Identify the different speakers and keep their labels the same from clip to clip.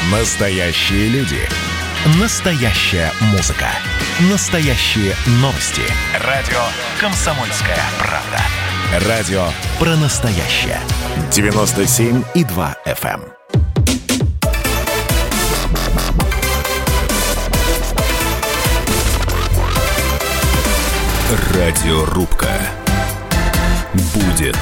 Speaker 1: Настоящие люди. Настоящая музыка. Настоящие новости. Радио «Комсомольская правда». Радио про настоящее. 97,2 FM. Радиорубка. Будет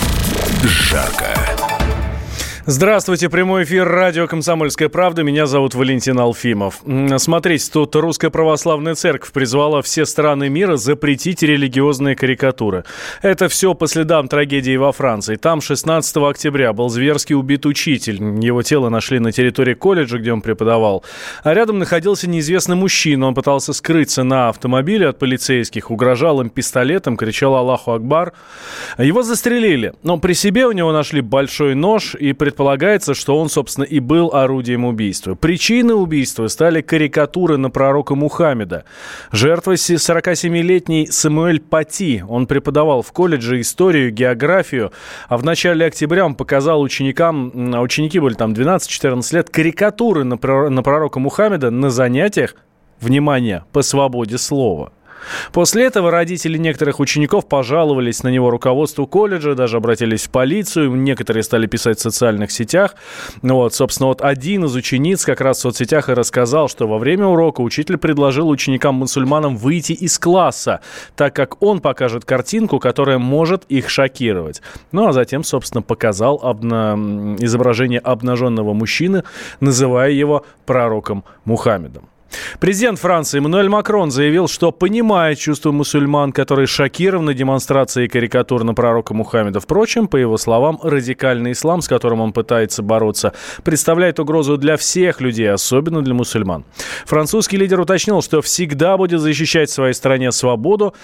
Speaker 1: жарко.
Speaker 2: Здравствуйте, прямой эфир радио «Комсомольская правда». Меня зовут Валентин Алфимов. Смотрите, тут Русская Православная Церковь призвала все страны мира запретить религиозные карикатуры. Это все по следам трагедии во Франции. Там 16 октября был зверски убит учитель. Его тело нашли на территории колледжа, где он преподавал. А рядом находился неизвестный мужчина. Он пытался скрыться на автомобиле от полицейских, угрожал им пистолетом, кричал «Аллаху Акбар». Его застрелили. Но при себе у него нашли большой нож и предполагается, что он, собственно, и был орудием убийства. Причиной убийства стали карикатуры на пророка Мухаммеда. Жертвой 47-летний Самуэль Пати. Он преподавал в колледже историю, географию, а в начале октября он показал ученикам, ученики были там 12-14 лет, карикатуры на пророка Мухаммеда на занятиях, внимание, по свободе слова. После этого родители некоторых учеников пожаловались на него руководству колледжа, даже обратились в полицию, некоторые стали писать в социальных сетях. Собственно, один из учениц как раз в соцсетях и рассказал, что во время урока учитель предложил ученикам-мусульманам выйти из класса, так как он покажет картинку, которая может их шокировать. А затем, собственно, показал изображение обнаженного мужчины, называя его пророком Мухаммедом. Президент Франции Эммануэль Макрон заявил, что понимает чувства мусульман, которые шокированы демонстрацией карикатур на пророка Мухаммеда. Впрочем, по его словам, радикальный ислам, с которым он пытается бороться, представляет угрозу для всех людей, особенно для мусульман. Французский лидер уточнил, что всегда будет защищать в своей стране свободу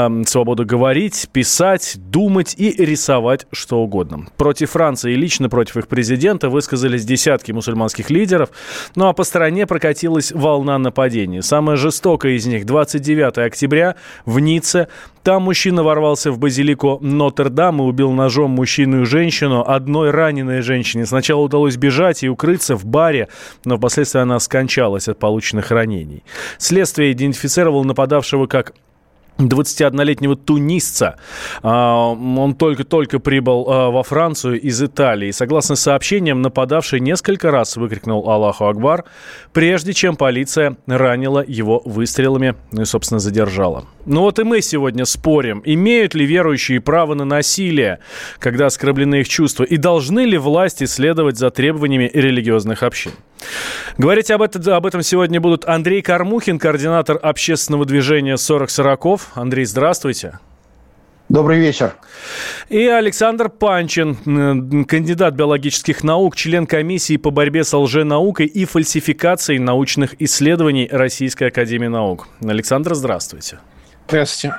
Speaker 2: говорить, писать, думать и рисовать что угодно. Против Франции и лично против их президента высказались десятки мусульманских лидеров, а по стране прокатилась волна нападений. Самое жестокое из них 29 октября в Ницце. Там мужчина ворвался в базилику Нотр-Дам и убил ножом мужчину и женщину. Одной раненой женщине сначала удалось бежать и укрыться в баре, но впоследствии она скончалась от полученных ранений. Следствие идентифицировало нападавшего как 21-летнего тунисца. Он только-только прибыл во Францию из Италии. Согласно сообщениям, нападавший несколько раз выкрикнул «Аллаху Акбар», прежде чем полиция ранила его выстрелами и, собственно, задержала. И мы сегодня спорим, имеют ли верующие право на насилие, когда оскорблены их чувства, и должны ли власти следовать за требованиями религиозных общин. Говорить об этом сегодня будут Андрей Кормухин, координатор общественного движения «40 Андрей, здравствуйте.
Speaker 3: Добрый вечер.
Speaker 2: И Александр Панчин, кандидат биологических наук, член комиссии по борьбе с лженаукой и фальсификацией научных исследований Российской академии наук. Александр, здравствуйте.
Speaker 3: Здравствуйте.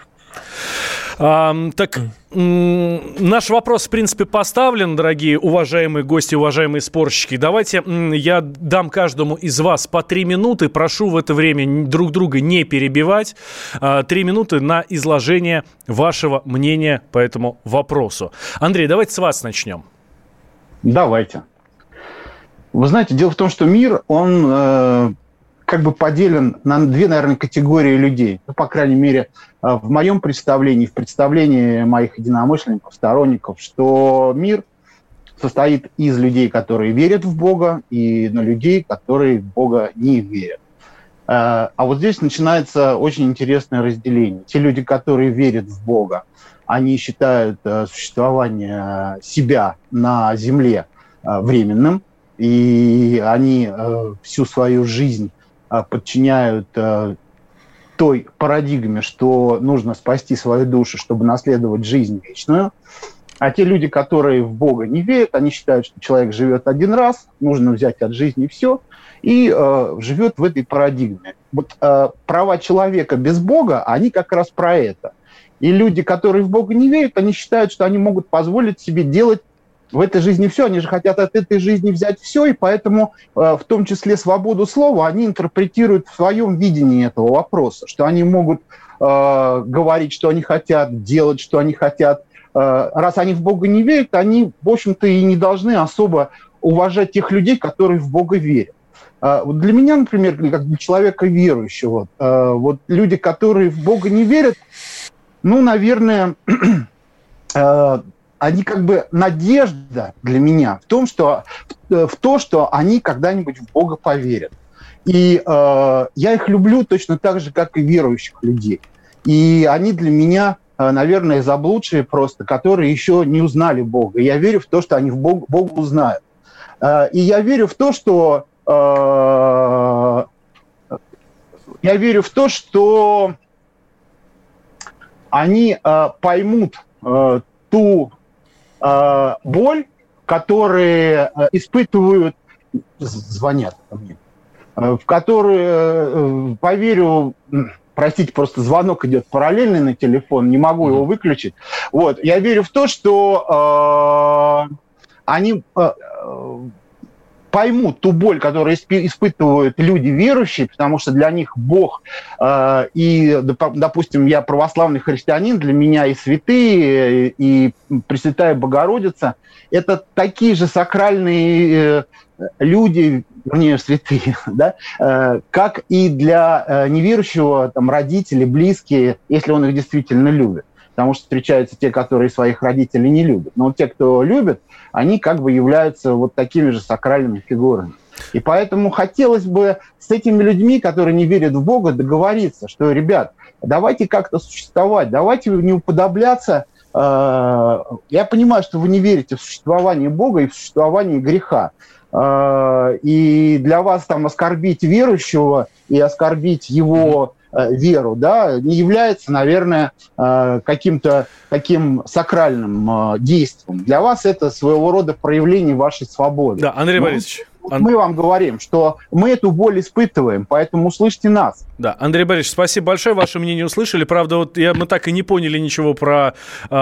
Speaker 2: Наш вопрос, в принципе, поставлен, дорогие уважаемые гости, уважаемые спорщики. Давайте я дам каждому из вас по 3 минуты. Прошу в это время друг друга не перебивать. 3 минуты на изложение вашего мнения по этому вопросу. Андрей, давайте с вас начнем.
Speaker 3: Давайте. Вы знаете, дело в том, что мир, он поделен на 2, наверное, категории людей. По крайней мере, в моем представлении, в представлении моих единомышленников, сторонников, что мир состоит из людей, которые верят в Бога, и на людей, которые в Бога не верят. А вот здесь начинается очень интересное разделение. Те люди, которые верят в Бога, они считают существование себя на земле временным, и они всю свою жизнь подчиняют той парадигме, что нужно спасти свою душу, чтобы наследовать жизнь вечную. А те люди, которые в Бога не верят, они считают, что человек живет один раз, нужно взять от жизни все, и живет в этой парадигме. Права человека без Бога, они как раз про это. И люди, которые в Бога не верят, они считают, что они могут позволить себе делать в этой жизни все, они же хотят от этой жизни взять все, и поэтому в том числе свободу слова они интерпретируют в своем видении этого вопроса, что они могут говорить, что они хотят, делать, что они хотят. Раз они в Бога не верят, они, в общем-то, и не должны особо уважать тех людей, которые в Бога верят. вот для меня, например, как для человека верующего, вот люди, которые в Бога не верят, ну, наверное, они как бы надежда для меня в то, что они когда-нибудь в Бога поверят. И я их люблю точно так же, как и верующих людей. И они для меня, наверное, заблудшие просто, которые еще не узнали Бога. И я верю в то, что они Бога узнают. И я верю в то, что они поймут ту боль, которую испытывают, звонят ко мне, в которую, поверю, простите, просто звонок идет параллельный на телефон, не могу его выключить. Вот, я верю в то, что они поймут ту боль, которую испытывают люди верующие, потому что для них Бог и, допустим, я православный христианин, для меня и святые, и Пресвятая Богородица – это такие же сакральные люди, вернее, святые, да, как и для неверующего там, родители, близкие, если он их действительно любит. Потому что встречаются те, которые своих родителей не любят. Но вот те, кто любит, они как бы являются вот такими же сакральными фигурами. И поэтому хотелось бы с этими людьми, которые не верят в Бога, договориться, что, ребят, давайте как-то существовать, давайте не уподобляться. Я понимаю, что вы не верите в существование Бога и в существование греха. И для вас там оскорбить верующего и оскорбить его веру, да, не является, наверное, каким-то таким сакральным действием. Для вас это своего рода проявление вашей свободы.
Speaker 2: Да, Андрей Борисович.
Speaker 3: Мы вам говорим, что мы эту боль испытываем, поэтому услышьте нас.
Speaker 2: Да, Андрей Борисович, спасибо большое, ваше мнение услышали. Правда, вот мы так и не поняли ничего про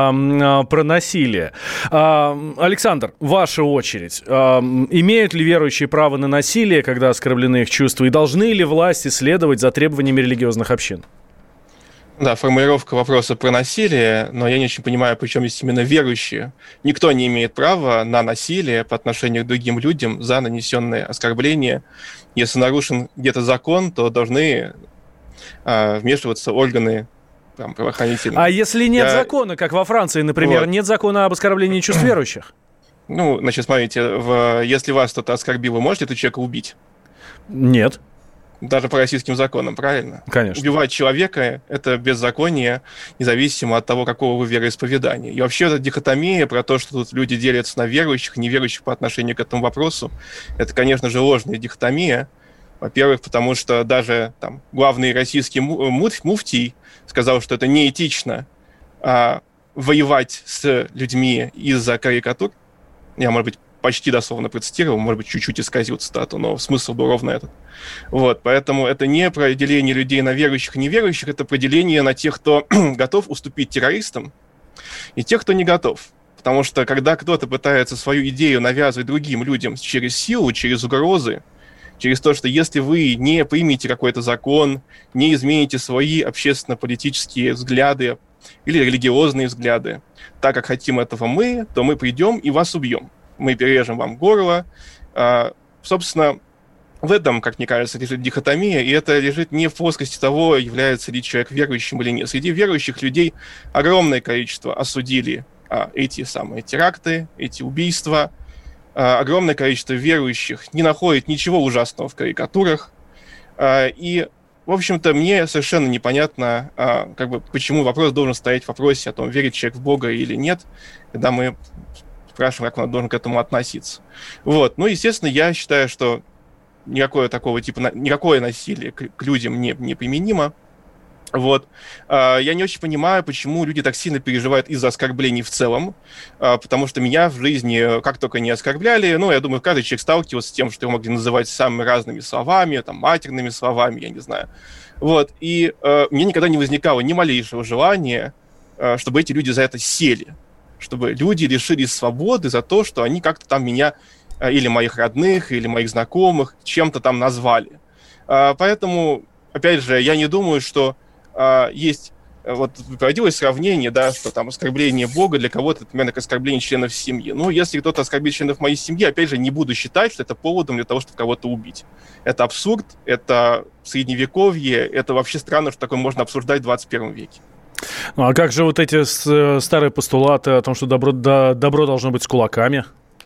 Speaker 2: насилие. Александр, ваша очередь. Имеют ли верующие право на насилие, когда оскорблены их чувства, и должны ли власти следовать за требованиями религиозных общин?
Speaker 4: Да, формулировка вопроса про насилие, но я не очень понимаю, причем здесь именно верующие. Никто не имеет права на насилие по отношению к другим людям за нанесенные оскорбления. Если нарушен где-то закон, то должны вмешиваться органы правоохранительные.
Speaker 2: А если нет закона, как во Франции, например, нет закона об оскорблении чувств верующих?
Speaker 4: Ну, значит, смотрите, если вас кто-то оскорбил, вы можете этого человека убить?
Speaker 2: Нет.
Speaker 4: Даже по российским законам, правильно?
Speaker 2: Конечно.
Speaker 4: Убивать человека – это беззаконие, независимо от того, какого вы вероисповедания. И вообще эта дихотомия про то, что тут люди делятся на верующих и неверующих по отношению к этому вопросу, это, конечно же, ложная дихотомия. Во-первых, потому что даже там, главный российский муфтий сказал, что это неэтично воевать с людьми из-за карикатур. Я, может быть, почти дословно процитировал, может быть, чуть-чуть исказил цитату, но смысл был ровно этот. Вот, поэтому это не про деление людей на верующих и неверующих, это про деление на тех, кто готов уступить террористам, и тех, кто не готов. Потому что, когда кто-то пытается свою идею навязывать другим людям через силу, через угрозы, через то, что если вы не примете какой-то закон, не измените свои общественно-политические взгляды или религиозные взгляды, так как хотим этого мы, то мы придем и вас убьем. Мы перережем вам горло. Собственно, в этом, как мне кажется, лежит дихотомия, и это лежит не в плоскости того, является ли человек верующим или нет. Среди верующих людей огромное количество осудили эти самые теракты, эти убийства. Огромное количество верующих не находит ничего ужасного в карикатурах. И, в общем-то, мне совершенно непонятно, почему вопрос должен стоять в вопросе о том, верит человек в Бога или нет, когда мы спрашиваем, как он должен к этому относиться. Вот. Ну, естественно, я считаю, что никакое насилие к людям не применимо. Вот. Я не очень понимаю, почему люди так сильно переживают из-за оскорблений в целом, потому что меня в жизни как только не оскорбляли, я думаю, каждый человек сталкивался с тем, что его могли называть самыми разными словами, там, матерными словами, я не знаю. Вот. И мне никогда не возникало ни малейшего желания, чтобы эти люди за это сели, чтобы люди лишились свободы за то, что они как-то там меня или моих родных, или моих знакомых чем-то там назвали. Поэтому, опять же, я не думаю, что есть вот проводилось сравнение, да, что там оскорбление Бога для кого-то, примерно как оскорбление членов семьи. Ну, если кто-то оскорбит членов моей семьи, опять же, не буду считать, что это поводом для того, чтобы кого-то убить. Это абсурд, это средневековье, это вообще странно, что такое можно обсуждать в 21 веке.
Speaker 2: Ну, а как же вот эти старые постулаты о том, что добро должно быть с кулаками?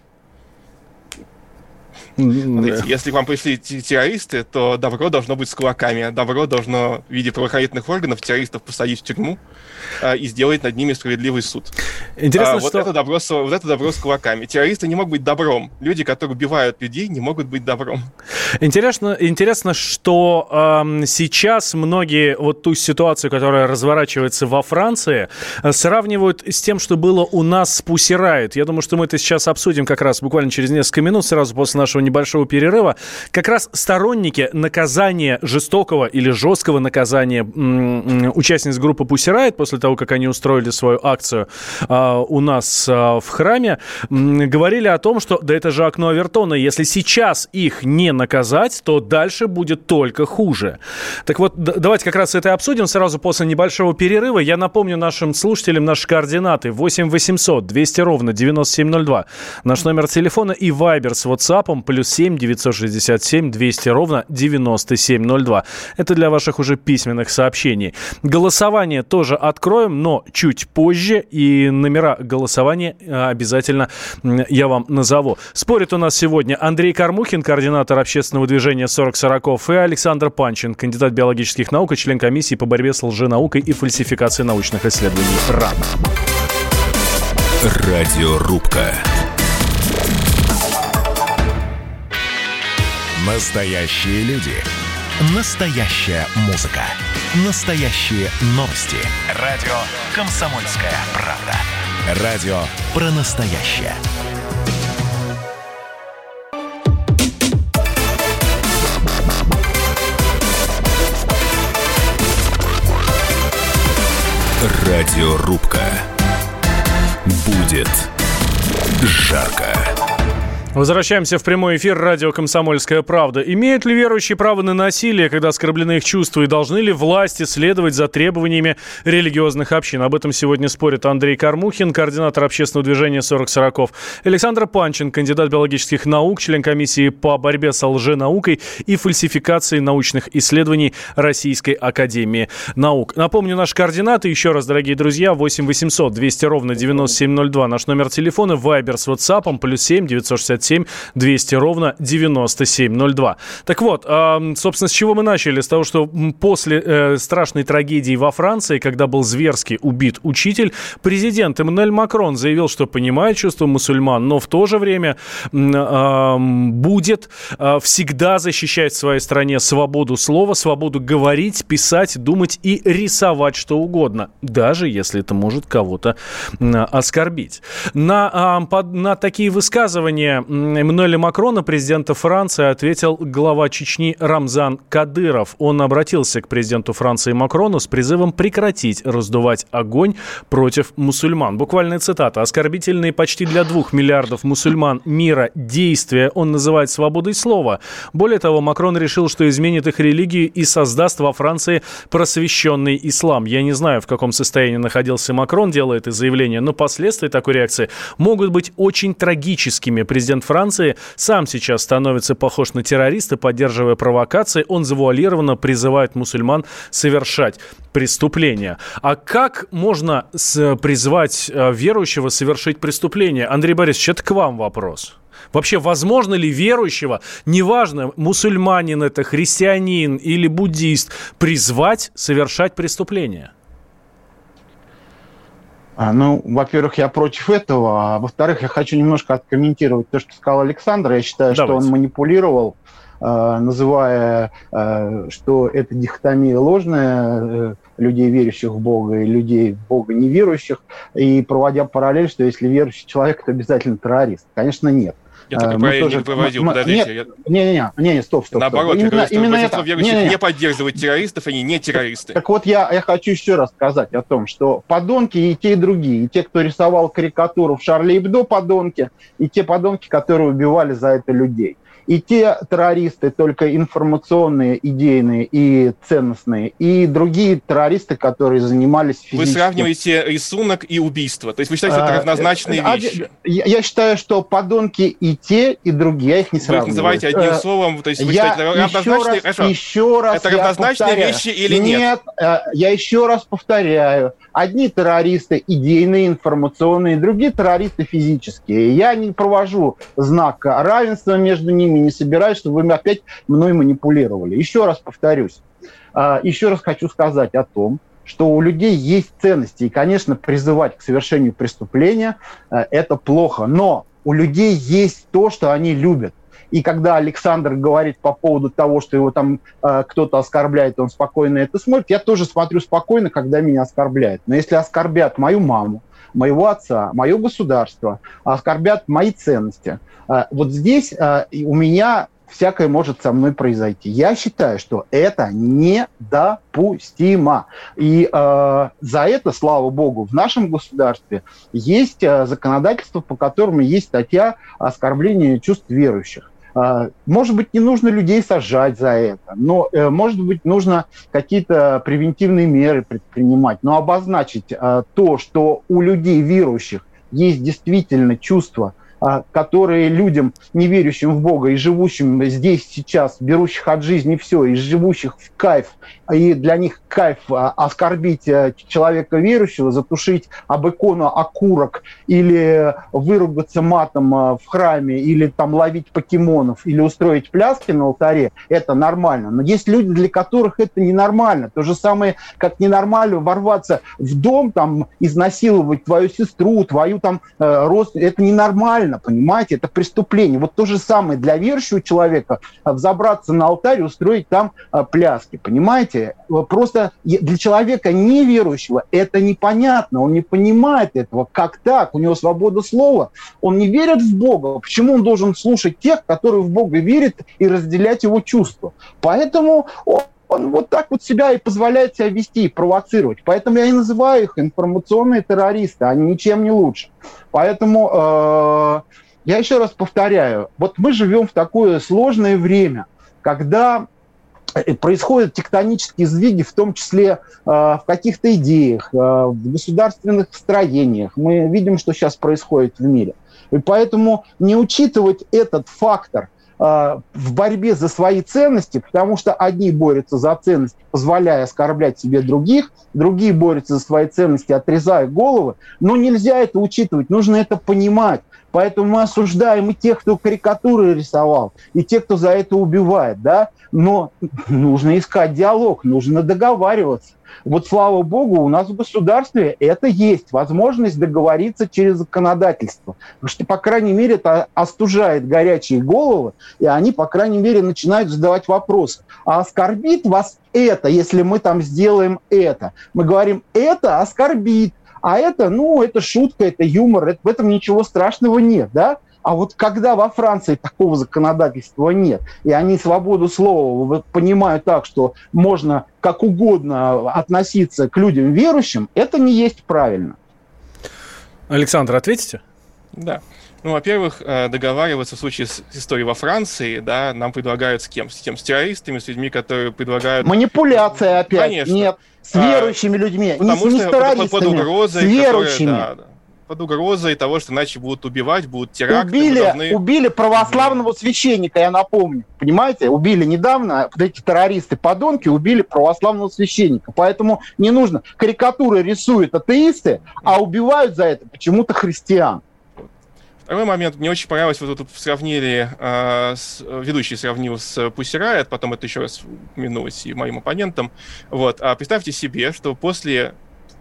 Speaker 4: Смотрите, если к вам пришли террористы, то добро должно быть с кулаками. Добро должно в виде правоохранительных органов террористов посадить в тюрьму и сделать над ними справедливый суд.
Speaker 2: Интересно,
Speaker 4: вот это добро с кулаками. Террористы не могут быть добром. Люди, которые убивают людей, не могут быть добром.
Speaker 2: Интересно, что сейчас многие вот ту ситуацию, которая разворачивается во Франции, сравнивают с тем, что было у нас с Pussy Riot. Я думаю, что мы это сейчас обсудим как раз буквально через несколько минут, сразу после нашего небольшого перерыва. Как раз сторонники наказания жестокого или жесткого наказания участниц группы Pussy Riot после того, как они устроили свою акцию у нас в храме, говорили о том, что да это же окно Авертона, если сейчас их не наказать, то дальше будет только хуже. Так вот, давайте как раз это обсудим сразу после небольшого перерыва. Я напомню нашим слушателям наши координаты: 8 800 200 ровно 9702. Наш номер телефона и Вайбер с WhatsApp +7 967 200 ровно 9702. Это для ваших уже письменных сообщений. Голосование тоже откроем, но чуть позже. И номера голосования обязательно я вам назову. Спорит у нас сегодня Андрей Кормухин, координатор общественного движения 4040, и Александр Панчин, кандидат биологических наук и член комиссии по борьбе с лженаукой и фальсификацией научных исследований РАН.
Speaker 1: Радиорубка. Настоящие люди. Настоящая музыка. Настоящие новости. Радио «Комсомольская правда». Радио про настоящее. Радиорубка. Будет жарко.
Speaker 2: Возвращаемся в прямой эфир радио «Комсомольская правда». Имеют ли верующие право на насилие, когда оскорблены их чувства, и должны ли власти следовать за требованиями религиозных общин? Об этом сегодня спорят Андрей Кормухин, координатор общественного движения 4040, Александр Панчин, кандидат биологических наук, член комиссии по борьбе с лженаукой и фальсификацией научных исследований Российской академии наук. Напомню, наши координаты еще раз, дорогие друзья: 8 800 200 ровно 9702, наш номер телефона, Вайбер с WhatsApp +7 967 200 ровно 9702. Так вот, собственно, с чего мы начали? С того, что после страшной трагедии во Франции, когда был зверски убит учитель, президент Эммануэль Макрон заявил, что понимает чувства мусульман, но в то же время будет всегда защищать в своей стране свободу слова, свободу говорить, писать, думать и рисовать что угодно, даже если это может кого-то оскорбить. На такие высказывания Эммануэля Макрона, президента Франции, ответил глава Чечни Рамзан Кадыров. Он обратился к президенту Франции Макрону с призывом прекратить раздувать огонь против мусульман. Буквальная цитата: «Оскорбительные почти для 2 миллиардов мусульман мира действия он называет свободой слова. Более того, Макрон решил, что изменит их религию и создаст во Франции просвещенный ислам». Я не знаю, в каком состоянии находился Макрон, делая это заявление, но последствия такой реакции могут быть очень трагическими. Президент Франции сам сейчас становится похож на террориста, поддерживая провокации. Он завуалированно призывает мусульман совершать преступления. А как можно призвать верующего совершить преступление? Андрей Борисович, это к вам вопрос. Вообще, возможно ли верующего, неважно, мусульманин это, христианин или буддист, призвать совершать преступление?
Speaker 3: Во-первых, я против этого, а во-вторых, я хочу немножко откомментировать то, что сказал Александр. Я считаю, что он манипулировал, называя, что это дихотомия ложная, людей, верующих в Бога, и людей в Бога неверующих, и проводя параллель, что если верующий человек, то обязательно террорист. Конечно, нет.
Speaker 4: Я такой параллель не проводил, подождите.
Speaker 3: Не, стоп.
Speaker 4: Наоборот, я говорю, что большинство верующих не поддерживают террористов, они не террористы.
Speaker 3: Так вот, я хочу еще раз сказать о том, что подонки и те, и другие, и те, кто рисовал карикатуру в Шарли Эбдо, подонки, и те подонки, которые убивали за это людей. И те террористы только информационные, идейные и ценностные, и другие террористы, которые занимались физическим...
Speaker 4: Вы сравниваете рисунок и убийство, то есть вы считаете, что это равнозначные вещи?
Speaker 3: Я считаю, что подонки и те, и другие, я их не сравниваю.
Speaker 4: Вы их называете одним словом, то есть вы считаете, равнозначные...
Speaker 3: Еще раз
Speaker 4: это равнозначные вещи или нет?
Speaker 3: Нет, я еще раз повторяю. Одни террористы идейные, информационные, другие террористы физические. Я не провожу знак равенства между ними, не собираюсь, чтобы вы опять мной манипулировали. Еще раз повторюсь. Еще раз хочу сказать о том, что у людей есть ценности. И, конечно, призывать к совершению преступления – это плохо. Но у людей есть то, что они любят. И когда Александр говорит по поводу того, что его там кто-то оскорбляет, он спокойно это смотрит, я тоже смотрю спокойно, когда меня оскорбляют. Но если оскорбят мою маму, моего отца, мое государство, оскорбят мои ценности, вот здесь у меня всякое может со мной произойти. Я считаю, что это недопустимо. И за это, слава богу, в нашем государстве есть законодательство, по которому есть статья оскорбления чувств верующих. Может быть, не нужно людей сажать за это, но, может быть, нужно какие-то превентивные меры предпринимать, но обозначить то, что у людей верующих есть действительно чувства, которые людям, не верующим в Бога и живущим здесь сейчас, берущих от жизни все, и живущих в кайф, и для них кайф оскорбить человека верующего, затушить об икону окурок или выругаться матом в храме, или там ловить покемонов, или устроить пляски на алтаре, это нормально. Но есть люди, для которых это ненормально. То же самое, как ненормально ворваться в дом, там, изнасиловать твою сестру, твою там родственницу. Это ненормально. Понимаете, это преступление. Вот то же самое для верующего человека взобраться на алтарь и устроить там пляски. Понимаете? Просто для человека неверующего это непонятно. Он не понимает этого. Как так? У него свобода слова. Он не верит в Бога. Почему он должен слушать тех, которые в Бога верят, и разделять его чувства? Поэтому он вот так вот себя и позволяет себя вести, провоцировать. Поэтому я и называю их информационные террористы. Они ничем не лучше. Поэтому я еще раз повторяю. Вот мы живем в такое сложное время, когда происходят тектонические сдвиги, в том числе в каких-то идеях, в государственных строениях. Мы видим, что сейчас происходит в мире. И поэтому не учитывать этот фактор в борьбе за свои ценности, потому что одни борются за ценности, позволяя оскорблять себе других, другие борются за свои ценности, отрезая головы, но нельзя это учитывать, нужно это понимать. Поэтому мы осуждаем и тех, кто карикатуры рисовал, и тех, кто за это убивает, да? Но нужно искать диалог, нужно договариваться. Вот, слава богу, у нас в государстве это есть, возможность договориться через законодательство. Потому что, по крайней мере, это остужает горячие головы, и они, по крайней мере, начинают задавать вопросы. А оскорбит вас это, если мы там сделаем это? Мы говорим, это оскорбит, а это, это шутка, это юмор, в этом ничего страшного нет, да? А вот когда во Франции такого законодательства нет, и они свободу слова понимают так, что можно как угодно относиться к людям верующим, это не есть правильно.
Speaker 2: Александр, ответите?
Speaker 4: Да. Во-первых, договариваться в случае с историей во Франции, да, нам предлагают с кем? С террористами, с людьми, которые предлагают...
Speaker 3: Манипуляция опять.
Speaker 4: Конечно.
Speaker 3: Нет, с верующими людьми,
Speaker 4: потому
Speaker 3: не с террористами,
Speaker 4: под угрозой,
Speaker 3: с верующими.
Speaker 4: Под угрозой того, что иначе будут убивать, будут теракты.
Speaker 3: Убили православного священника, я напомню. Понимаете? Убили недавно, вот эти террористы-подонки убили православного священника. Поэтому не нужно. Карикатуры рисуют атеисты, а убивают за это почему-то христиан.
Speaker 4: Второй момент. Мне очень понравилось, вот тут сравнили, ведущий сравнил с Pussy Riot, потом это еще раз упомянулось и моим оппонентам. Вот. А представьте себе, что после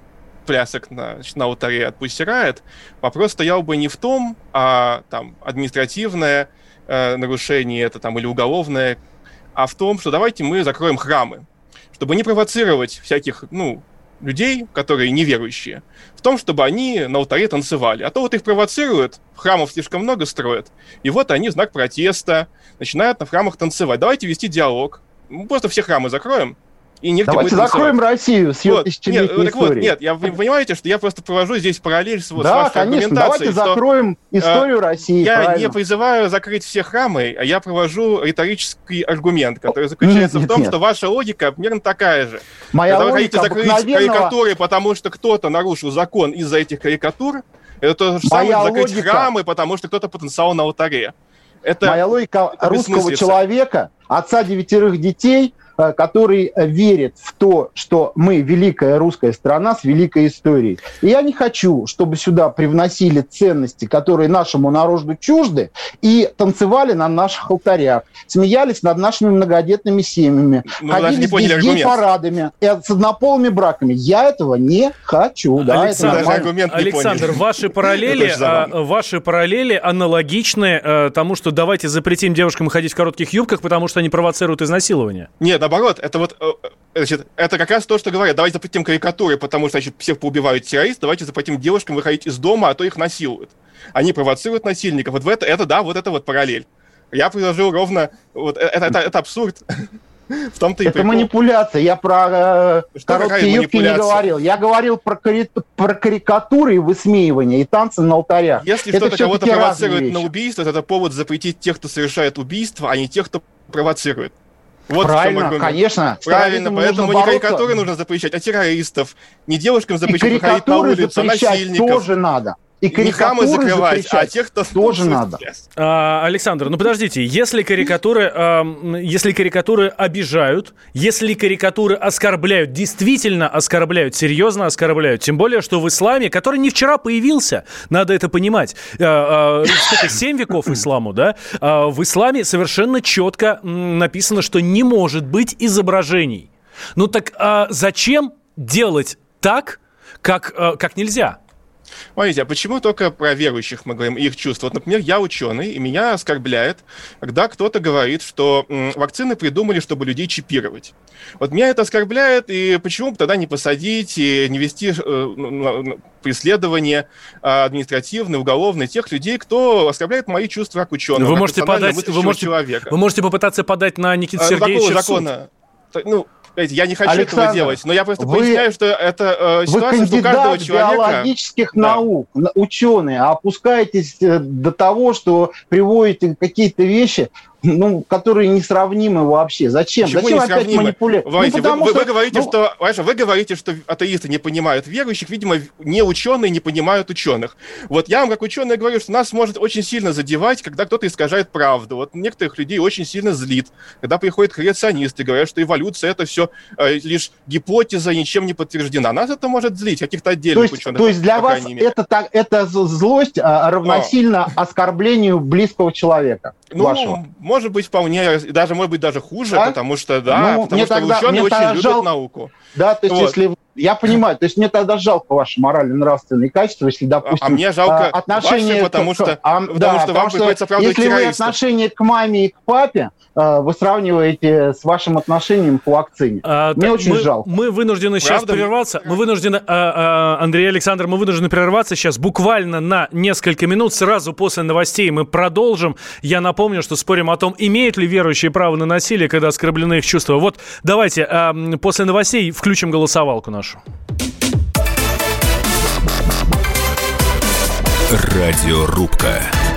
Speaker 4: плясок на алтаре от Pussy Riot вопрос стоял бы не в том, там, административное нарушение это там или уголовное, а в том, что давайте мы закроем храмы, чтобы не провоцировать всяких, людей, которые неверующие, в том, чтобы они на алтаре танцевали. А то вот их провоцируют, храмов слишком много строят, и вот они в знак протеста начинают на храмах танцевать. Давайте вести диалог. Мы просто все храмы закроем, И негде
Speaker 3: давайте
Speaker 4: будет
Speaker 3: закроем Россию с ее
Speaker 4: вот.
Speaker 3: тысячелетней историей.
Speaker 4: Вы понимаете, что я просто провожу здесь параллель с
Speaker 3: да,
Speaker 4: вашей
Speaker 3: конечно,
Speaker 4: аргументацией.
Speaker 3: давайте закроем историю России.
Speaker 4: Я
Speaker 3: правильно.
Speaker 4: не призываю закрыть все храмы, а я провожу риторический аргумент, который заключается в том, что ваша логика примерно такая же.
Speaker 3: Моя
Speaker 4: когда вы
Speaker 3: логика
Speaker 4: хотите закрыть карикатуры, потому что кто-то нарушил закон из-за этих карикатур, это то же самое, что закрыть храмы, потому что кто-то потенциал на алтаре.
Speaker 3: Моя логика русского человека, отца 9 детей, который верит в то, что мы великая русская страна с великой историей. И я не хочу, чтобы сюда привносили ценности, которые нашему народу чужды, и танцевали на наших алтарях, смеялись над нашими многодетными семьями, ходили с гей-парадами и с однополыми браками. Я этого не хочу.
Speaker 2: Александр, ваши параллели аналогичны тому, что давайте запретим девушкам ходить в коротких юбках, потому что они провоцируют изнасилование.
Speaker 4: Нет, наоборот, это как раз то, что говорят. Давайте запретим карикатуры, потому что, всех поубивают террористы. Давайте запретим девушкам выходить из дома, а то их насилуют. Они провоцируют насильников. Вот это параллель. Я предложил ровно... Это абсурд. В том-то и
Speaker 3: это прикол. Манипуляция. Я про короткие юбки не говорил. Я говорил про карикатуры и высмеивание, и танцы на алтарях.
Speaker 4: Если кто-то кого-то провоцирует на убийство, то это повод запретить тех, кто совершает убийство, а не тех, кто провоцирует. Вот
Speaker 3: правильно, конечно.
Speaker 4: Правильно, поэтому не карикатуры нужно запрещать, а террористов. Не девушкам запрещать выходить на улицу, а насильников.
Speaker 3: Тоже надо. И
Speaker 4: не хамы закрывать, а тех, кто
Speaker 3: тоже надо.
Speaker 2: Александр, подождите, если карикатуры обижают, если карикатуры оскорбляют, действительно оскорбляют, серьезно оскорбляют, тем более, что в исламе, который не вчера появился, надо это понимать, 7 веков исламу, да, в исламе совершенно четко написано, что не может быть изображений. Ну так зачем делать так, как нельзя?
Speaker 4: Смотрите, а почему только про верующих мы говорим, их чувства? Вот, например, я ученый, и меня оскорбляет, когда кто-то говорит, что вакцины придумали, чтобы людей чипировать. Вот меня это оскорбляет, и почему бы тогда не посадить и не вести преследование административное, уголовное тех людей, кто оскорбляет мои чувства как ученого,
Speaker 2: вы можете попытаться подать на Никиту Сергеевича в суд.
Speaker 4: Я не хочу этого делать, но я просто поясняю, что это ситуация, что у каждого человека...
Speaker 3: Вы кандидат биологических наук, ученый, а опускаетесь до того, что приводите какие-то вещи, которые несравнимы вообще. Зачем?
Speaker 4: Почему
Speaker 3: Зачем
Speaker 4: опять манипулировать? Вы говорите, что атеисты не понимают верующих, видимо, не ученые не понимают ученых. Вот я вам, как ученый, говорю, что нас может очень сильно задевать, когда кто-то искажает правду. Вот некоторых людей очень сильно злит, когда приходят креационисты, говорят, что эволюция — это все лишь гипотеза, ничем не подтверждена. Нас это может злить, каких-то отдельных ученых.
Speaker 3: То есть для вас эта злость равносильно оскорблению близкого человека? Вашего?
Speaker 4: Может быть, вполне, может быть, даже хуже, потому что, потому что ученые очень любят науку.
Speaker 3: Да, то есть, если... Я понимаю, то есть мне тогда жалко ваши морально-нравственные качества, если, допустим...
Speaker 4: А мне жалко отношение потому что вам приходится оправдывать террористов. Если вы отношение
Speaker 3: к маме и к папе вы сравниваете с вашим отношением к вакцине. Мне очень жалко.
Speaker 2: Мы вынуждены сейчас прерваться. Андрей Александр, мы вынуждены прерваться сейчас буквально на несколько минут. Сразу после новостей мы продолжим. Я напомню, что спорим о том, имеют ли верующие право на насилие, когда оскорблены их чувства. Вот давайте после новостей включим голосовалку нашу.
Speaker 1: Радиорубка.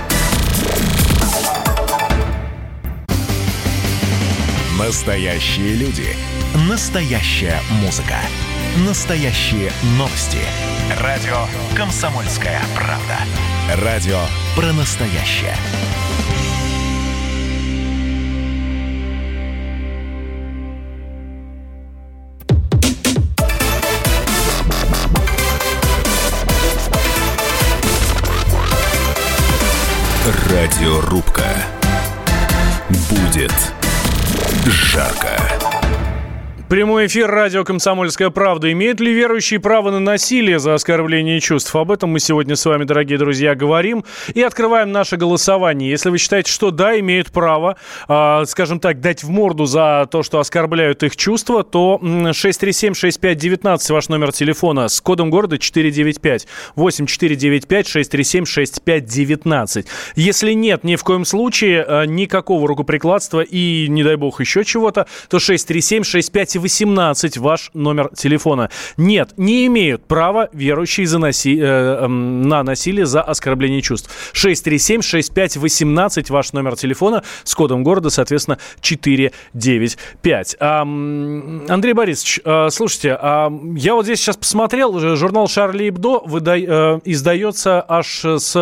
Speaker 1: Настоящие люди. Настоящая музыка. Настоящие новости. Радио «Комсомольская правда». Радио про настоящее. Радиорубка. Будет жарко.
Speaker 2: Прямой эфир радио «Комсомольская правда». Имеют ли верующие право на насилие за оскорбление чувств? Об этом мы сегодня с вами, дорогие друзья, говорим. И открываем наше голосование. Если вы считаете, что да, имеют право, скажем так, дать в морду за то, что оскорбляют их чувства, то 637-6519 ваш номер телефона с кодом города 495. 8495-637-6519. Если нет, ни в коем случае никакого рукоприкладства и, не дай бог, еще чего-то, то 637-6518 6518 ваш номер телефона. Нет, не имеют права верующие на насилие за оскорбление чувств. 637-6518 ваш номер телефона с кодом города, соответственно, 495. Андрей Борисович, слушайте, я вот здесь сейчас посмотрел, журнал «Шарли Эбдо» издается аж с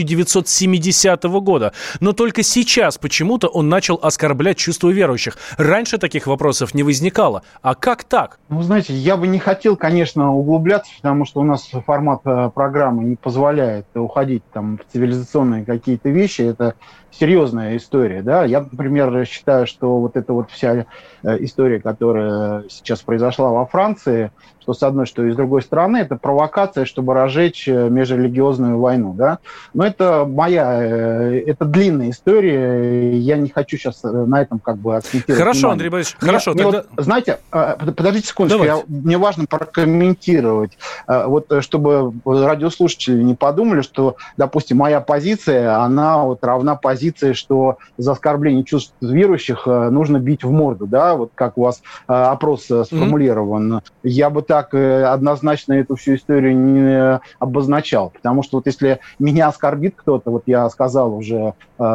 Speaker 2: 1970 года. Но только сейчас почему-то он начал оскорблять чувства верующих. Раньше таких вопросов не возникало. А как так?
Speaker 3: Ну, знаете, я бы не хотел, конечно, углубляться, потому что у нас формат программы не позволяет уходить там в цивилизационные какие-то вещи. Это серьезная история, да. Я, например, считаю, что вот эта вот вся история, которая сейчас произошла во Франции, что с одной, что и с другой стороны, это провокация, чтобы разжечь межрелигиозную войну, да. Но это это длинная история, я не хочу сейчас на этом как бы акцентировать.
Speaker 2: Хорошо,
Speaker 3: внимание.
Speaker 2: Андрей Борисович, хорошо. Тогда...
Speaker 3: Знаете, подождите секундочку, мне важно прокомментировать, вот чтобы радиослушатели не подумали, что, допустим, моя позиция, она вот равна позиции, что за оскорбление чувств верующих нужно бить в морду, да, вот как у вас опрос сформулирован. Я бы так однозначно эту всю историю не обозначал, потому что вот если меня оскорбит кто-то, вот я сказал уже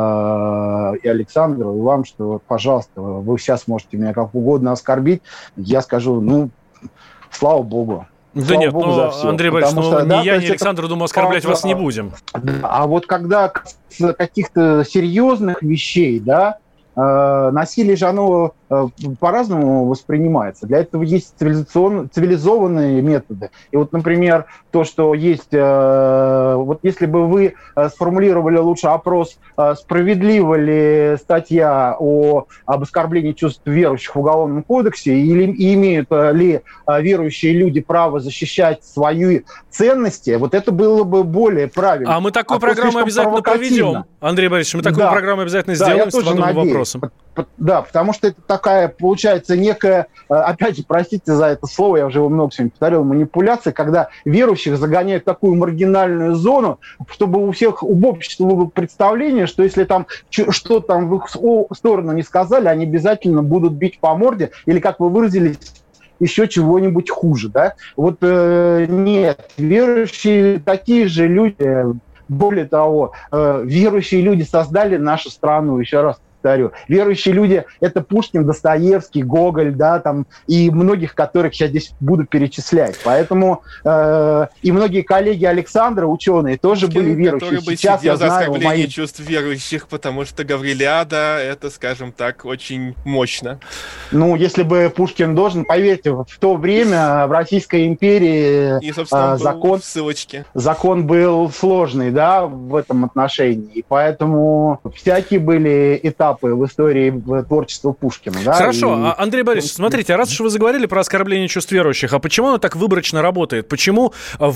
Speaker 3: и Александру, и вам, что, пожалуйста, вы сейчас можете меня как угодно оскорбить, я скажу, слава богу.
Speaker 2: Да нет, Андрей Борисович, ни я, ни Александр, думаю, оскорблять вас не будем.
Speaker 3: А вот когда с каких-то серьезных вещей, да, насилие же оно по-разному воспринимается. Для этого есть цивилизованные методы. И вот, например, то, что есть... Вот если бы вы сформулировали лучше опрос, справедлива ли статья об оскорблении чувств верующих в Уголовном кодексе, или имеют ли верующие люди право защищать свои ценности, вот это было бы более правильно.
Speaker 2: А мы такую программу обязательно проведем. Андрей Борисович, мы такую программу обязательно сделаем с подобным вопросом.
Speaker 3: Да, потому что это такая, получается, некая, опять же, простите за это слово, я уже его много сегодня повторил, манипуляция, когда верующих загоняют в такую маргинальную зону, чтобы у общества было представление, что если там что там в их сторону не сказали, они обязательно будут бить по морде, или, как вы выразились, еще чего-нибудь хуже, да? Вот нет, верующие такие же люди, более того, верующие люди создали нашу страну, еще раз повторю. Верующие люди – это Пушкин, Достоевский, Гоголь, да, там, и многих, которых я здесь буду перечислять. Поэтому и многие коллеги Александра, ученые, тоже были верующие.
Speaker 4: Который бы сейчас сидел за оскорбление чувств верующих, потому что Гаврилиада – это, скажем так, очень мощно.
Speaker 3: Ну, если бы Пушкин должен, поверьте, в то время в Российской империи
Speaker 4: и, собственно, закон, ссылочки. Закон
Speaker 3: был сложный, да, в этом отношении. И поэтому всякие были этапы в истории творчества Пушкина. Да?
Speaker 2: Хорошо, Андрей Борисович, смотрите, раз уж вы заговорили про оскорбление чувств верующих, а почему оно так выборочно работает? Почему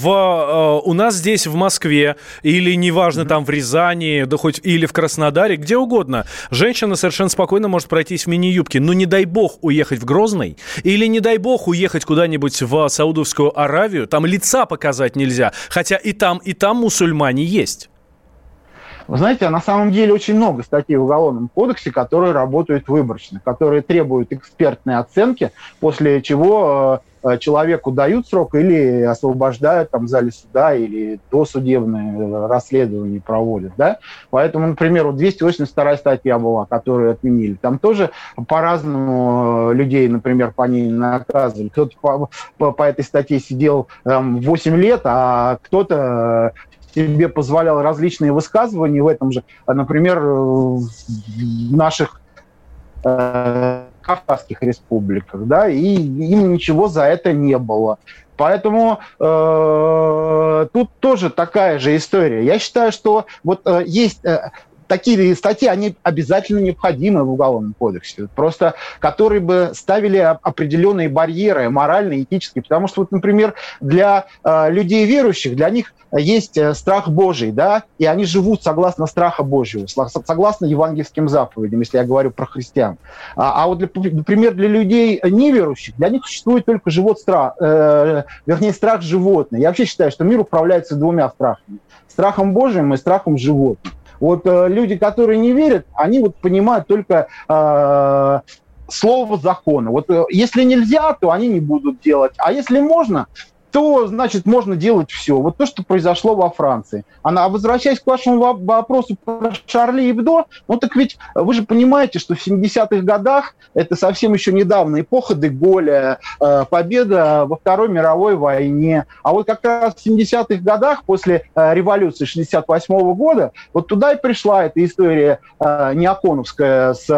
Speaker 2: у нас здесь в Москве или, неважно, там в Рязани, да хоть или в Краснодаре, где угодно, женщина совершенно спокойно может пройтись в мини-юбке, но не дай бог уехать в Грозный или не дай бог уехать куда-нибудь в Саудовскую Аравию, там лица показать нельзя, хотя и там мусульмане есть.
Speaker 3: Вы знаете, на самом деле очень много статей в Уголовном кодексе, которые работают выборочно, которые требуют экспертной оценки, после чего человеку дают срок или освобождают там, в зале суда, или досудебное расследование проводят. Да? Поэтому, например, вот 282 статья была, которую отменили. Там тоже по-разному людей, например, по ней наказывали. Кто-то по этой статье сидел 8 лет, а кто-то себе позволял различные высказывания в этом же, например, в наших Кавказских республиках, да, и им ничего за это не было. Поэтому тут тоже такая же история. Я считаю, что вот есть... Такие статьи, они обязательно необходимы в Уголовном кодексе, просто которые бы ставили определенные барьеры моральные, этические, потому что, вот, например, для людей верующих, для них есть страх Божий, да, и они живут согласно страха Божьего, согласно евангельским заповедям, если я говорю про христиан. А вот, например, для людей неверующих, для них существует только страх животных. Я вообще считаю, что мир управляется двумя страхами. Страхом Божьим и страхом животных. Вот люди, которые не верят, они вот понимают только слово закона. Вот если нельзя, то они не будут делать. А если можно, то, значит, можно делать все. Вот то, что произошло во Франции. А возвращаясь к вашему вопросу про Шарли Эбдо, ну так ведь вы же понимаете, что в 70-х годах, это совсем еще недавно, эпоха де Голля, победа во Второй мировой войне. А вот как раз в 70-х годах, после революции 68-го года, вот туда и пришла эта история неоконовская с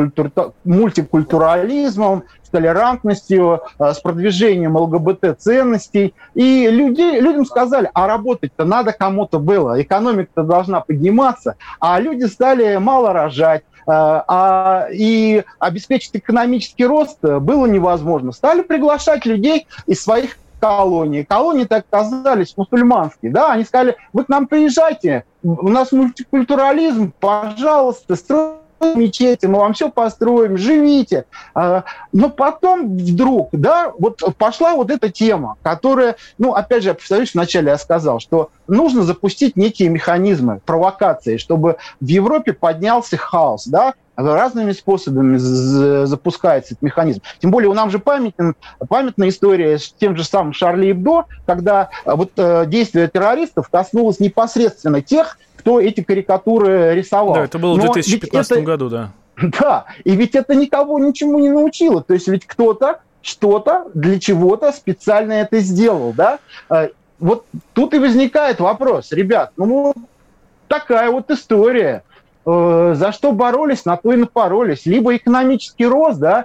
Speaker 3: мультикультурализмом, с толерантностью, с продвижением ЛГБТ-ценностей. И людям сказали, а работать-то надо кому-то было, экономика-то должна подниматься, а люди стали мало рожать, и обеспечить экономический рост было невозможно. Стали приглашать людей из своих колоний. Колонии-то оказались мусульманские, да, они сказали, вы к нам приезжайте, у нас мультикультурализм, пожалуйста, стройте мечети, мы вам все построим, живите. Но потом вдруг, да, вот пошла вот эта тема, которая, ну, опять же, повторюсь, вначале я сказал, что нужно запустить некие механизмы провокации, чтобы в Европе поднялся хаос, да, разными способами запускается этот механизм. Тем более у нас же памятная история с тем же самым Шарли Эбдо, когда вот действие террористов коснулось непосредственно тех, кто эти карикатуры рисовал.
Speaker 2: Да, это было в 2015 году, да.
Speaker 3: Да, и ведь это никого ничему не научило. То есть ведь кто-то что-то для чего-то специально это сделал, да. Вот тут и возникает вопрос, ребят, ну такая вот история. За что боролись, на то и напоролись. Либо экономический рост, да,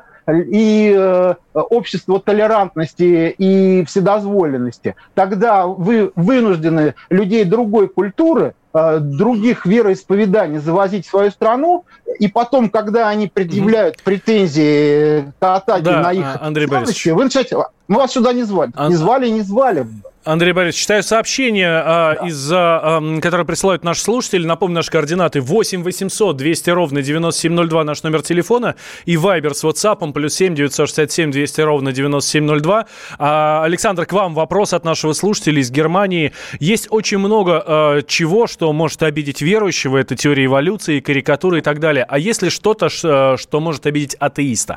Speaker 3: и общество толерантности и вседозволенности. Тогда вы вынуждены людей другой культуры, других вероисповеданий завозить в свою страну, и потом, когда они предъявляют претензии к атаке на их
Speaker 2: Андрей Борисович,
Speaker 3: вы начинаете, мы вас сюда не звали. Не звали.
Speaker 2: Андрей Борисович, читаю сообщение, которое присылают наши слушатели. Напомню, наши координаты 8 800 200 ровно 9702, наш номер телефона, и Вайбер с WhatsApp, +7 967 200 ровно 9702. Александр, к вам вопрос от нашего слушателя из Германии. Есть очень много чего, что может обидеть верующего, это теория эволюции, карикатуры и так далее. А есть ли что-то, что может обидеть атеиста?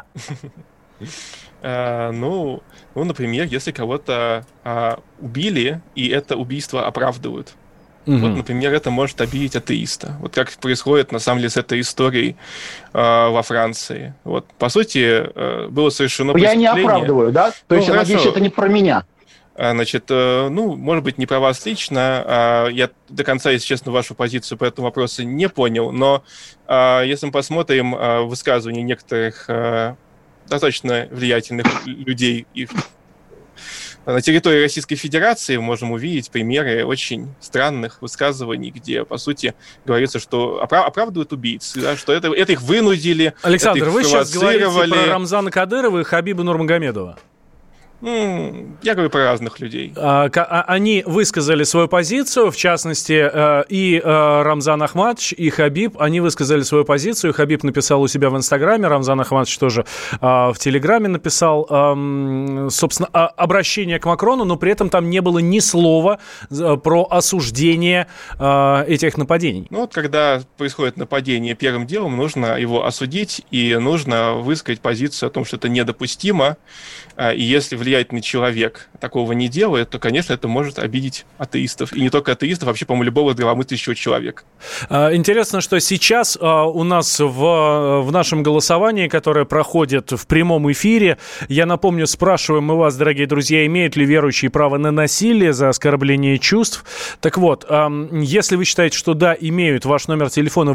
Speaker 4: Ну, например, если кого-то убили, и это убийство оправдывают. Вот, например, это может обидеть атеиста. Вот как происходит, на самом деле, с этой историей во Франции. Вот, по сути, было совершено преступление.
Speaker 3: Я не оправдываю, да? То есть, я надеюсь, это не про меня.
Speaker 4: Значит, ну, может быть, не про вас лично. Я до конца, если честно, вашу позицию по этому вопросу не понял. Но если мы посмотрим высказывания некоторых достаточно влиятельных людей и на территории Российской Федерации, мы можем увидеть примеры очень странных высказываний, где, по сути, говорится, что оправдывают убийц, да, что это их вынудили.
Speaker 2: Александр, вы сейчас говорите про Рамзана Кадырова и Хабиба Нурмагомедова.
Speaker 4: Я говорю про разных людей.
Speaker 2: Они высказали свою позицию, в частности, и Рамзан Ахматович, и Хабиб, они высказали свою позицию. Хабиб написал у себя в Инстаграме, Рамзан Ахматович тоже в Телеграме написал, собственно, обращение к Макрону, но при этом там не было ни слова про осуждение этих нападений.
Speaker 4: Ну вот, когда происходит нападение, первым делом нужно его осудить, и нужно высказать позицию о том, что это недопустимо, и если влиятельный человек такого не делает, то, конечно, это может обидеть атеистов. И не только атеистов, вообще, по-моему, любого здравомыслящего человека.
Speaker 2: Интересно, что сейчас у нас в нашем голосовании, которое проходит в прямом эфире, я напомню, спрашиваем мы вас, дорогие друзья, имеют ли верующие право на насилие за оскорбление чувств. Так вот, если вы считаете, что да, имеют, ваш номер телефона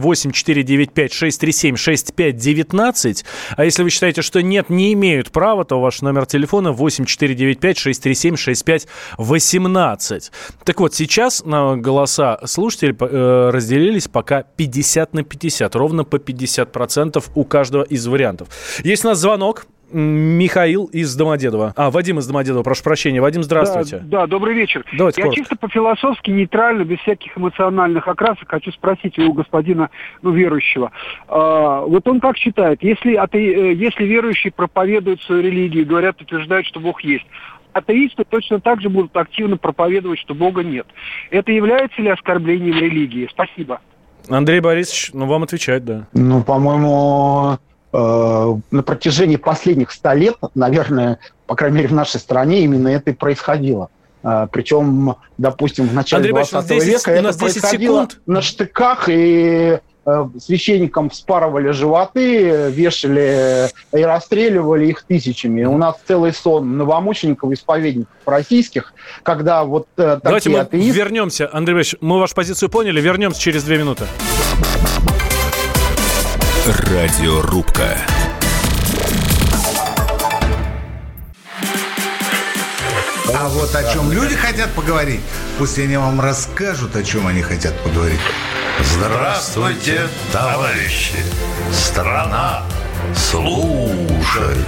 Speaker 2: 8495-637-6519, а если вы считаете, что нет, не имеют права, то ваш номер телефона 8495-637-6518. Так вот, сейчас на голоса слушателей разделились пока 50 на 50, ровно по 50% у каждого из вариантов. Есть у нас звонок. Михаил из Домодедово. Вадим из Домодедово, прошу прощения. Вадим, здравствуйте.
Speaker 5: Да, добрый вечер.
Speaker 2: Давайте
Speaker 5: я
Speaker 2: коротко.
Speaker 5: Чисто по-философски, нейтрально, без всяких эмоциональных окрасок хочу спросить у господина верующего. Вот он как считает, если верующие проповедуют свою религию, говорят, утверждают, что Бог есть, атеисты точно так же будут активно проповедовать, что Бога нет. Это является ли оскорблением религии? Спасибо.
Speaker 2: Андрей Борисович, вам отвечать, да.
Speaker 3: Ну, по-моему, на протяжении последних 100 лет, наверное, по крайней мере, в нашей стране именно это и происходило. Причем, допустим, в начале 20 века это происходило на штыках, и священникам вспарывали животы, вешали и расстреливали их тысячами. У нас целый сон новомучеников, исповедников российских, когда вот такие
Speaker 2: Давайте мы
Speaker 3: атеисты...
Speaker 2: вернемся. Андрей Борисович, мы вашу позицию поняли, вернемся через 2 минуты.
Speaker 1: Радиорубка.
Speaker 6: А вот о чем люди хотят поговорить, пусть они вам расскажут, о чем они хотят поговорить.
Speaker 7: Здравствуйте, товарищи! Страна слушает.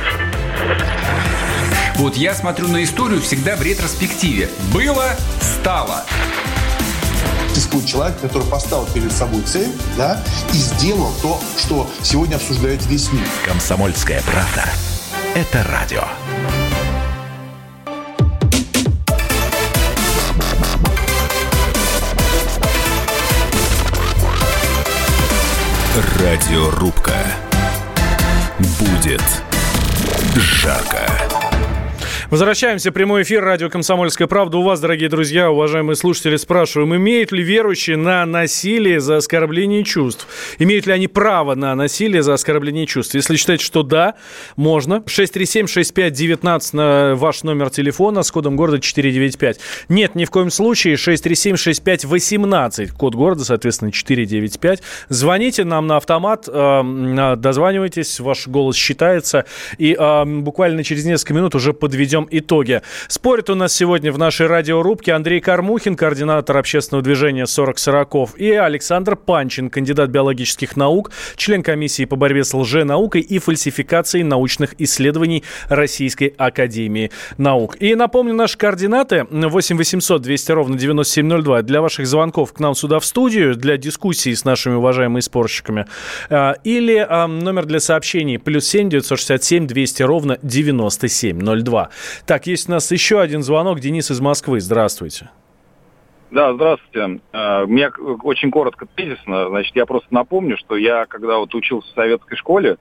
Speaker 8: Вот я смотрю на историю всегда в ретроспективе. Было, стало.
Speaker 9: Существует человек, который поставил перед собой цель, да, и сделал то, что сегодня обсуждает весь мир.
Speaker 1: «Комсомольская правда». Это радио. Радиорубка. Будет жарко.
Speaker 2: Возвращаемся в прямой эфир радио «Комсомольская правда». У вас, дорогие друзья, уважаемые слушатели, спрашиваем, имеют ли верующие на насилие за оскорбление чувств? Имеют ли они право на насилие за оскорбление чувств? Если считаете, что да, можно. 637-6519 на ваш номер телефона с кодом города 495. Нет, ни в коем случае. 637-6518, код города, соответственно, 495. Звоните нам на автомат, дозванивайтесь, ваш голос считается. И буквально через несколько минут уже подведем итоги. Спорят у нас сегодня в нашей радиорубке Андрей Кормухин, координатор общественного движения 40-40, и Александр Панчин, кандидат биологических наук, член комиссии по борьбе с лженаукой и фальсификацией научных исследований Российской академии наук. И напомню, наши координаты 8 800 200 ровно 9702 для ваших звонков к нам сюда в студию, для дискуссии с нашими уважаемыми спорщиками, или номер для сообщений +7 967 200 ровно 9702. Так, есть у нас еще один звонок. Денис из Москвы. Здравствуйте.
Speaker 10: Да, здравствуйте. Меня очень коротко, тезисно. Значит, я просто напомню, что я, когда вот учился в советской школе,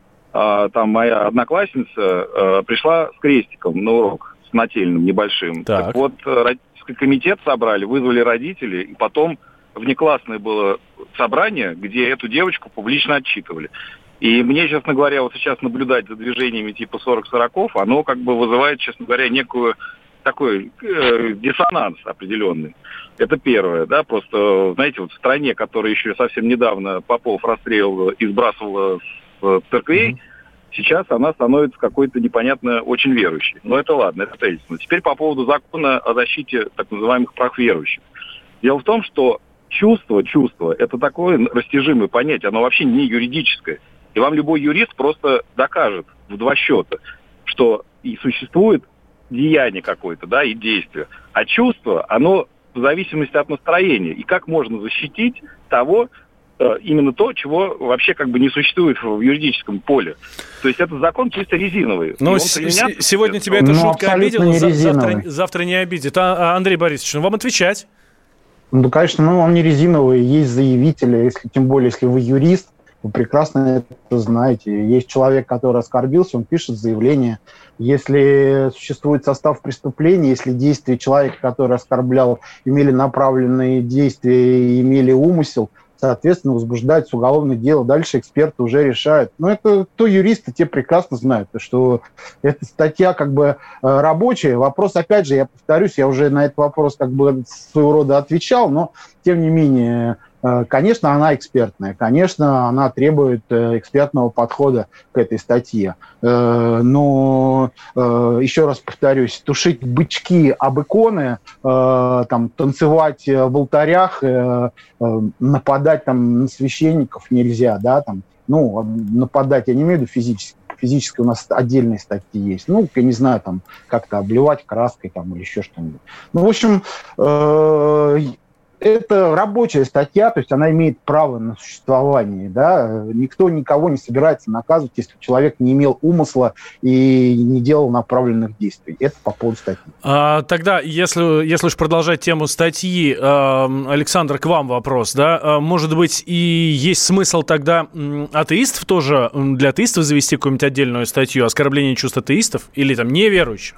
Speaker 10: там моя одноклассница пришла с крестиком на урок, с нательным небольшим. Так вот, родительский комитет собрали, вызвали родителей, и потом внеклассное было собрание, где эту девочку публично отчитывали. И мне, честно говоря, вот сейчас наблюдать за движениями типа 40-40, оно как бы вызывает, честно говоря, некую такой диссонанс определенный. Это первое, да, просто, знаете, вот в стране, которая еще совсем недавно попов расстреливала и сбрасывала с церквей, сейчас она становится какой-то непонятно очень верующей. Но это ладно, это тезисно. Теперь по поводу закона о защите так называемых прав верующих. Дело в том, что чувство, это такое растяжимое понятие, оно вообще не юридическое. И вам любой юрист просто докажет в 2 счета, что и существует деяние какое-то, да, и действие. А чувство, оно в зависимости от настроения. И как можно защитить того, именно то, чего вообще как бы не существует в юридическом поле. То есть это закон чисто резиновый.
Speaker 2: Но сегодня тебя эта шутка обидела, завтра не обидит. Андрей Борисович, вам отвечать?
Speaker 3: Ну, конечно, он не резиновый. Есть заявители, тем более, если вы юрист, вы прекрасно это знаете. Есть человек, который оскорбился, он пишет заявление. Если существует состав преступления, если действия человека, который оскорблял, имели направленные действия и имели умысел, соответственно, возбуждается уголовное дело. Дальше эксперты уже решают. Но это кто юристы, те прекрасно знают, что эта статья как бы рабочая. Вопрос, опять же, я повторюсь, я уже на этот вопрос как бы своего рода отвечал, но тем не менее... Конечно, она экспертная, конечно, она требует экспертного подхода к этой статье. Но, еще раз повторюсь, тушить бычки об иконы, там, танцевать в алтарях, нападать там, на священников нельзя, да, там, ну, нападать, я не имею в виду физически. Физически у нас отдельные статьи есть. Ну, я не знаю, там, как-то обливать краской там, или еще что-нибудь. Ну, в общем, это рабочая статья, то есть она имеет право на существование. Да? Никто никого не собирается наказывать, если человек не имел умысла и не делал направленных действий. Это по поводу статьи.
Speaker 2: Тогда, если уж продолжать тему статьи, Александр, к вам вопрос. Да? Может быть, и есть смысл тогда атеистов тоже, для атеистов завести какую-нибудь отдельную статью, оскорбление чувств атеистов или там неверующих?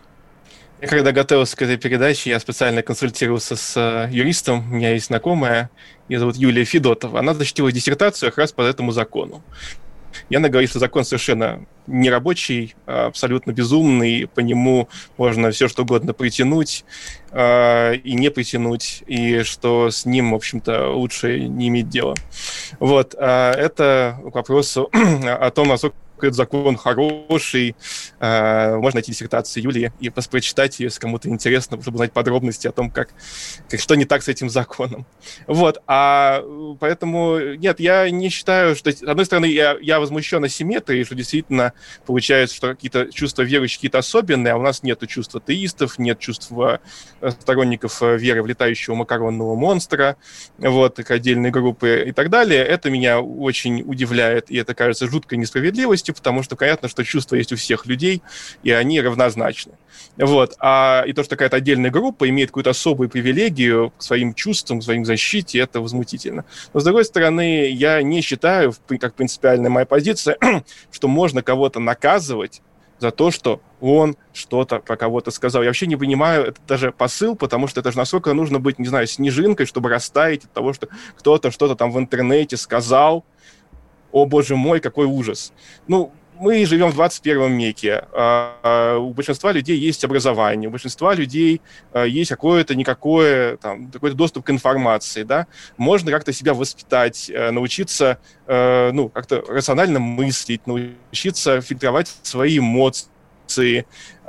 Speaker 4: Я когда готовился к этой передаче, я специально консультировался с юристом, у меня есть знакомая, ее зовут Юлия Федотова, она защитила диссертацию как раз по этому закону. И она говорит, что закон совершенно нерабочий, абсолютно безумный, по нему можно все что угодно притянуть и не притянуть, и что с ним, в общем-то, лучше не иметь дела. Вот, это к вопросу о том, насколько этот закон хороший. Можно найти диссертацию Юлии и прочитать ее, если кому-то интересно, чтобы узнать подробности о том, что не так с этим законом. Вот. Поэтому, нет, я не считаю, что... С одной стороны, я возмущен асимметрией, что действительно получается, что какие-то чувства верующих какие-то особенные, а у нас нет чувств атеистов, нет чувств сторонников веры в летающего макаронного монстра, вот, как отдельные группы и так далее. Это меня очень удивляет, и это кажется жуткой несправедливостью, потому что понятно, что чувства есть у всех людей, и они равнозначны. Вот. И то, что какая-то отдельная группа имеет какую-то особую привилегию к своим чувствам, к своим защите, это возмутительно. Но, с другой стороны, я не считаю, как принципиальная моя позиция, что можно кого-то наказывать за то, что он что-то про кого-то сказал. Я вообще не понимаю, это даже посыл, потому что это же насколько нужно быть, не знаю, снежинкой, чтобы растаять от того, что кто-то что-то там в интернете сказал. О, боже мой, какой ужас. Ну, мы живем в 21 веке. У большинства людей есть образование, у большинства людей есть какой-то доступ к информации. Да? Можно как-то себя воспитать, научиться как-то рационально мыслить, научиться фильтровать свои эмоции.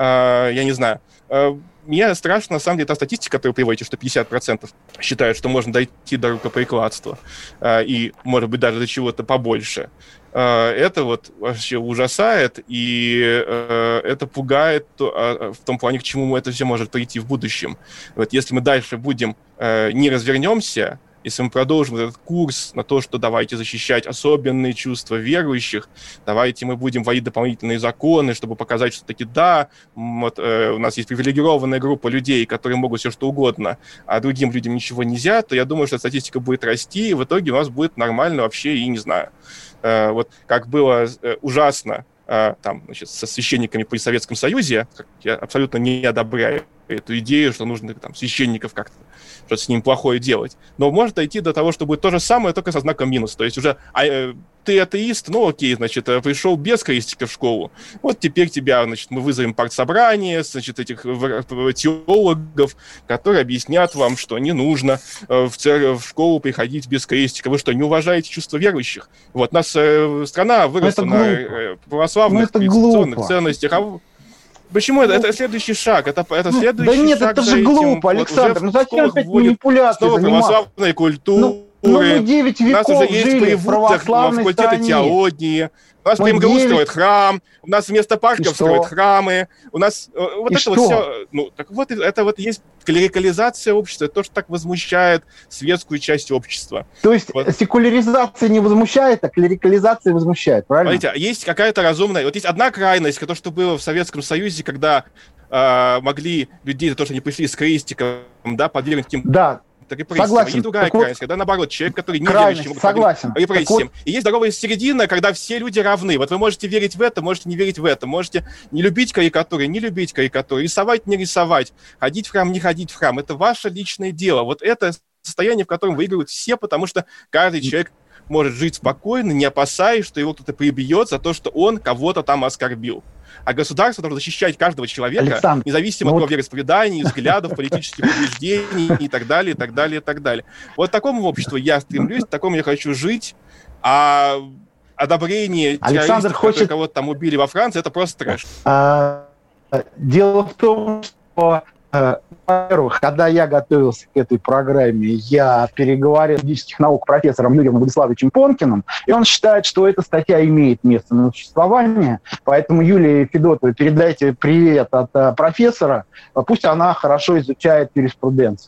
Speaker 4: Я не знаю. Мне страшно, на самом деле, та статистика, которую вы приводите, что 50% считают, что можно дойти до рукоприкладства, и, может быть, даже до чего-то побольше. Это вот вообще ужасает, и это пугает в том плане, к чему это все может прийти в будущем. Вот если мы дальше не развернемся, если мы продолжим этот курс на то, что давайте защищать особенные чувства верующих, давайте мы будем вводить дополнительные законы, чтобы показать, что таки да, у нас есть привилегированная группа людей, которые могут все что угодно, а другим людям ничего нельзя, то я думаю, что статистика будет расти, и в итоге у нас будет нормально вообще, и не знаю. Вот как было ужасно со священниками при Советском Союзе, я абсолютно не одобряю эту идею, что нужно священников как-то что-то с ними плохое делать. Но может дойти до того, что будет то же самое, только со знаком минус. То есть уже ты атеист, окей, пришел без крестика в школу. Вот теперь тебя, мы вызовем партсобрание, этих теологов, которые объяснят вам, что не нужно в школу приходить без крестика. Вы что, не уважаете чувства верующих? Вот, у нас страна выросла на православных цивилизационных ценностях. Почему это следующий шаг? Это следующий
Speaker 3: шаг. Да нет,
Speaker 4: это
Speaker 3: же глупо, Александр. Зачем опять манипуляции заниматься?
Speaker 4: Православной культуры.
Speaker 3: Мы 9 веков
Speaker 4: у нас уже есть
Speaker 3: жили в православной
Speaker 4: факультеты теологии. У нас в МГУ строят храм, у нас вместо парков строят храмы. У нас все. Это есть клерикализация общества, это то, что так возмущает светскую часть общества.
Speaker 3: То есть секуляризация не возмущает, а клерикализация возмущает, правильно?
Speaker 4: Смотрите, есть какая-то разумная... Вот есть одна крайность, то, что было в Советском Союзе, когда могли людей за то, что они пришли с крестиком, подвергнуть каким-то...
Speaker 3: Да. Согласен.
Speaker 4: Есть другая крайность, когда, наоборот, человек, который не верующий, могут подвергнуть репрессиям. И есть здоровая середина, когда все люди равны. Вот вы можете верить в это, можете не верить в это. Можете не любить карикатуры, не любить карикатуры, рисовать, не рисовать, ходить в храм, не ходить в храм. Это ваше личное дело. Вот это состояние, в котором выигрывают все, потому что каждый человек может жить спокойно, не опасаясь, что его кто-то прибьет за то, что он кого-то там оскорбил. А государство должно защищать каждого человека, Александр, независимо от его вероисповеданий, взглядов, политических убеждений и так далее, и так далее, и так далее. Вот к такому обществу я стремлюсь, к такому я хочу жить, а одобрение террористов, которые кого-то там убили во Франции, это просто трэш.
Speaker 3: Дело в том, что... Во-первых, когда я готовился к этой программе, я переговорил с физических наук профессором Юрием Владиславовичем Понкиным, и он считает, что эта статья имеет место на существование, поэтому Юлии Федотовой передайте привет от профессора, пусть она хорошо изучает юриспруденцию.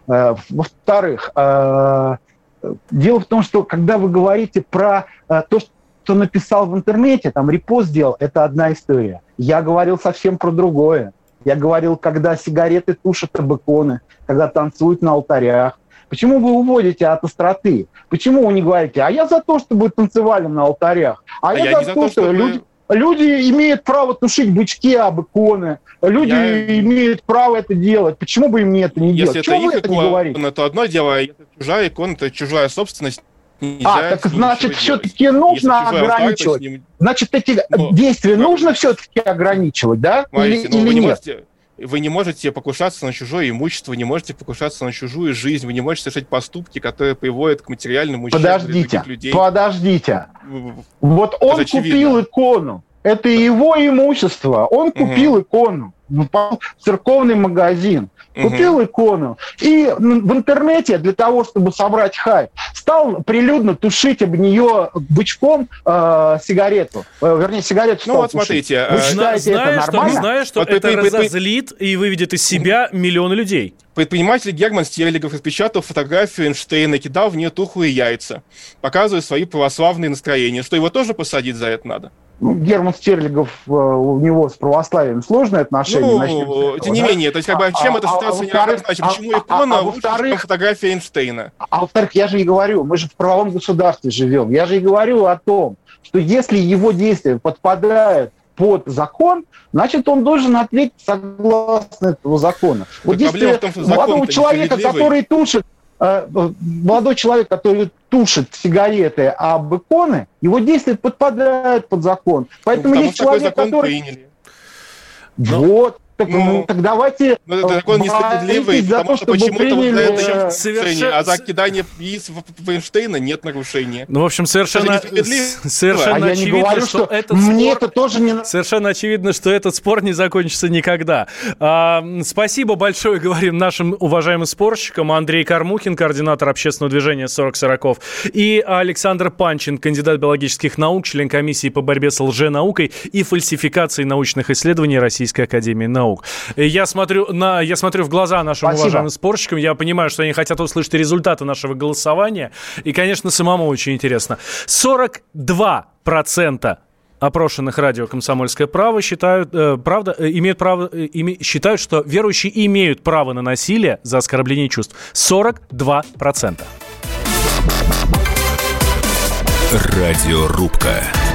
Speaker 3: Во-вторых, дело в том, что когда вы говорите про то, что написал в интернете, там репост сделал, это одна история. Я говорил совсем про другое. Я говорил, когда сигареты тушат об иконы, когда танцуют на алтарях. Почему вы уводите от остроты? Почему вы не говорите, а я за то, чтобы танцевали на алтарях? А я за то, что люди имеют право тушить бычки об иконы. Люди имеют право это делать. Почему бы им это не делать?
Speaker 4: Если
Speaker 3: Чего вы это не говорите?
Speaker 4: Это одно дело, а если чужая икона, это чужая собственность.
Speaker 3: Так значит, все-таки нужно ограничивать. Значит, эти действия нужно все-таки ограничивать, да?
Speaker 4: Смотрите,
Speaker 3: или нет?
Speaker 4: Вы не можете покушаться на чужое имущество, не можете покушаться на чужую жизнь, вы не можете совершать поступки, которые приводят к материальному ущербу для других людей.
Speaker 3: Подождите. Вот он купил икону. Это его имущество. Он купил икону. Попал в церковный магазин. Купил икону. И в интернете для того, чтобы собрать хайп, стал прилюдно тушить об нее бычком сигарету. Вернее, сигарету стал тушить.
Speaker 4: Смотрите.
Speaker 3: Вы считаете, это нормально?
Speaker 2: Зная, что это разозлит и выведет из себя миллионы людей.
Speaker 4: Предприниматель Герман Стерлигов распечатал фотографию Эйнштейна, кидал в нее тухлые яйца, показывая свои православные настроения. Что, его тоже посадить за это надо?
Speaker 3: Герман Стерлигов, у него с православием сложные отношения.
Speaker 4: Тем не менее, то есть, чем эта ситуация не равнозначна? Почему икона лучше, чем фотография Эйнштейна?
Speaker 3: Во-вторых, я же и говорю, мы же в правовом государстве живем. Я же и говорю о том, что если его действия подпадают под закон, значит, он должен ответить согласно этого закона. Вот действие молодого человека, который тушит, молодой человек, который тушит сигареты об иконы, его действия подпадают под закон. Поэтому есть человек, который...
Speaker 4: Приняли.
Speaker 3: Вот. Так давайте...
Speaker 4: закон несправедливый, потому что почему-то вот за это нарушение, а за кидание яиц в Эйнштейна нет нарушения.
Speaker 2: Ну, в общем, совершенно очевидно, что этот
Speaker 3: мне это тоже не...
Speaker 2: Совершенно очевидно, что этот спор не закончится никогда. Спасибо большое, говорим нашим уважаемым спорщикам. Андрей Кормухин, координатор общественного движения 40-40, и Александр Панчин, кандидат биологических наук, член комиссии по борьбе с лженаукой и фальсификацией научных исследований Российской академии наук. Я смотрю в глаза нашим уважаемым спорщикам, я понимаю, что они хотят услышать результаты нашего голосования, и, конечно, самому очень интересно. 42% опрошенных радио «Комсомольская правда» считают, считают, что верующие имеют право на насилие за оскорбление чувств. 42%.
Speaker 1: Радиорубка.